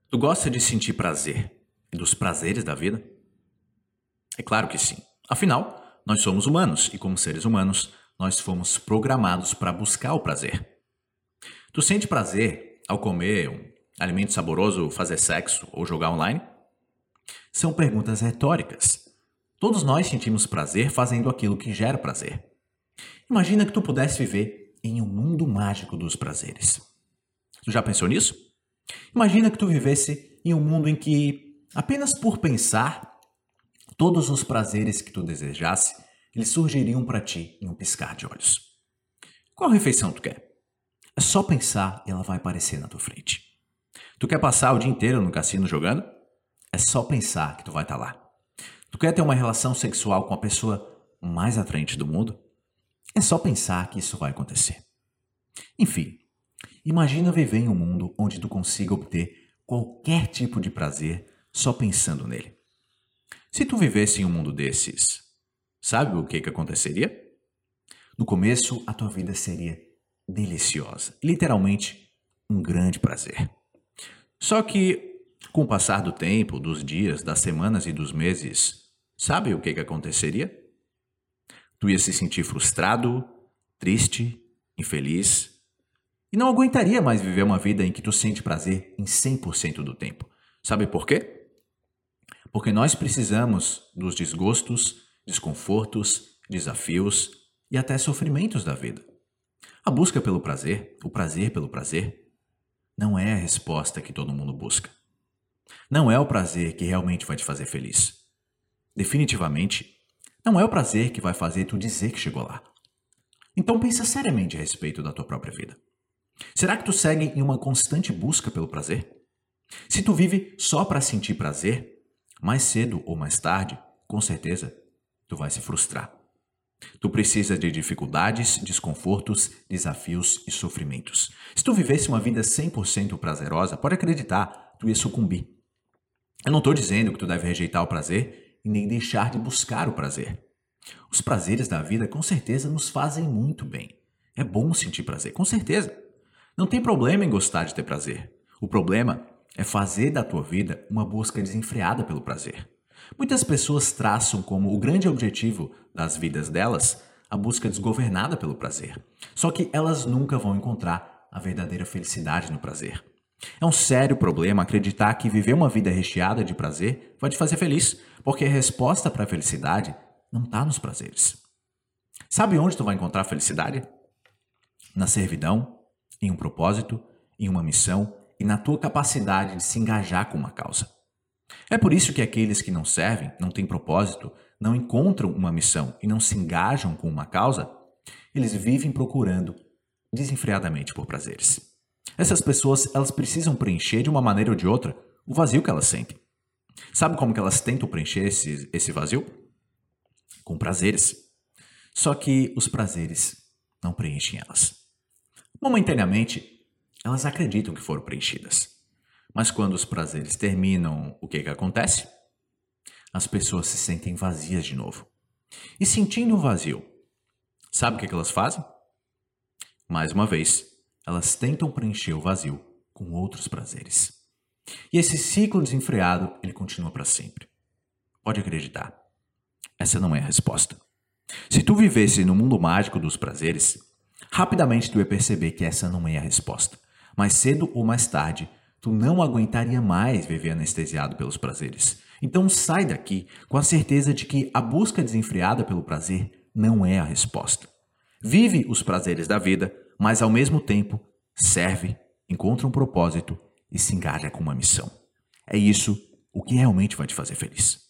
Tu gosta de sentir prazer e dos prazeres da vida? É claro que sim. Afinal, nós somos humanos e, como seres humanos, nós fomos programados para buscar o prazer. Tu sente prazer ao comer um alimento saboroso, fazer sexo ou jogar online? São perguntas retóricas. Todos nós sentimos prazer fazendo aquilo que gera prazer. Imagina que tu pudesse viver em um mundo mágico dos prazeres. Tu já pensou nisso? Imagina que tu vivesse em um mundo em que, apenas por pensar, todos os prazeres que tu desejasse, eles surgiriam para ti em um piscar de olhos. Qual refeição tu quer? É só pensar e ela vai aparecer na tua frente. Tu quer passar o dia inteiro no cassino jogando? É só pensar que tu vai estar lá. Tu quer ter uma relação sexual com a pessoa mais atraente do mundo? É só pensar que isso vai acontecer. Enfim, imagina viver em um mundo onde tu consiga obter qualquer tipo de prazer só pensando nele. Se tu vivesse em um mundo desses, sabe o que aconteceria? No começo, a tua vida seria deliciosa, literalmente um grande prazer. Só que, com o passar do tempo, dos dias, das semanas e dos meses, sabe o que aconteceria? Tu ia se sentir frustrado, triste, infeliz e não aguentaria mais viver uma vida em que tu sente prazer em 100% do tempo. Sabe por quê? Porque nós precisamos dos desgostos, desconfortos, desafios e até sofrimentos da vida. A busca pelo prazer, o prazer pelo prazer, não é a resposta que todo mundo busca. Não é o prazer que realmente vai te fazer feliz. Definitivamente, não é o prazer que vai fazer tu dizer que chegou lá. Então pensa seriamente a respeito da tua própria vida. Será que tu segue em uma constante busca pelo prazer? Se tu vive só para sentir prazer, mais cedo ou mais tarde, com certeza, tu vai se frustrar. Tu precisa de dificuldades, desconfortos, desafios e sofrimentos. Se tu vivesse uma vida 100% prazerosa, pode acreditar, tu ia sucumbir. Eu não estou dizendo que tu deve rejeitar o prazer e nem deixar de buscar o prazer. Os prazeres da vida com certeza nos fazem muito bem. É bom sentir prazer, com certeza. Não tem problema em gostar de ter prazer. O problema é fazer da tua vida uma busca desenfreada pelo prazer. Muitas pessoas traçam como o grande objetivo das vidas delas a busca desgovernada pelo prazer. Só que elas nunca vão encontrar a verdadeira felicidade no prazer. É um sério problema acreditar que viver uma vida recheada de prazer vai te fazer feliz, porque a resposta para a felicidade não está nos prazeres. Sabe onde tu vai encontrar felicidade? Na servidão, em um propósito, em uma missão e na tua capacidade de se engajar com uma causa. É por isso que aqueles que não servem, não têm propósito, não encontram uma missão e não se engajam com uma causa, eles vivem procurando desenfreadamente por prazeres. Essas pessoas, elas precisam preencher de uma maneira ou de outra o vazio que elas sentem. Sabe como que elas tentam preencher esse vazio? Com prazeres. Só que os prazeres não preenchem elas. Momentaneamente, elas acreditam que foram preenchidas. Mas quando os prazeres terminam, o que acontece? As pessoas se sentem vazias de novo. E sentindo o vazio, sabe o que elas fazem? Mais uma vez, elas tentam preencher o vazio com outros prazeres. E esse ciclo desenfreado, ele continua para sempre. Pode acreditar, essa não é a resposta. Se tu vivesse no mundo mágico dos prazeres, rapidamente tu ia perceber que essa não é a resposta. Mais cedo ou mais tarde, tu não aguentaria mais viver anestesiado pelos prazeres. Então sai daqui com a certeza de que a busca desenfreada pelo prazer não é a resposta. Vive os prazeres da vida, mas ao mesmo tempo serve, encontra um propósito e se engaja com uma missão. É isso o que realmente vai te fazer feliz.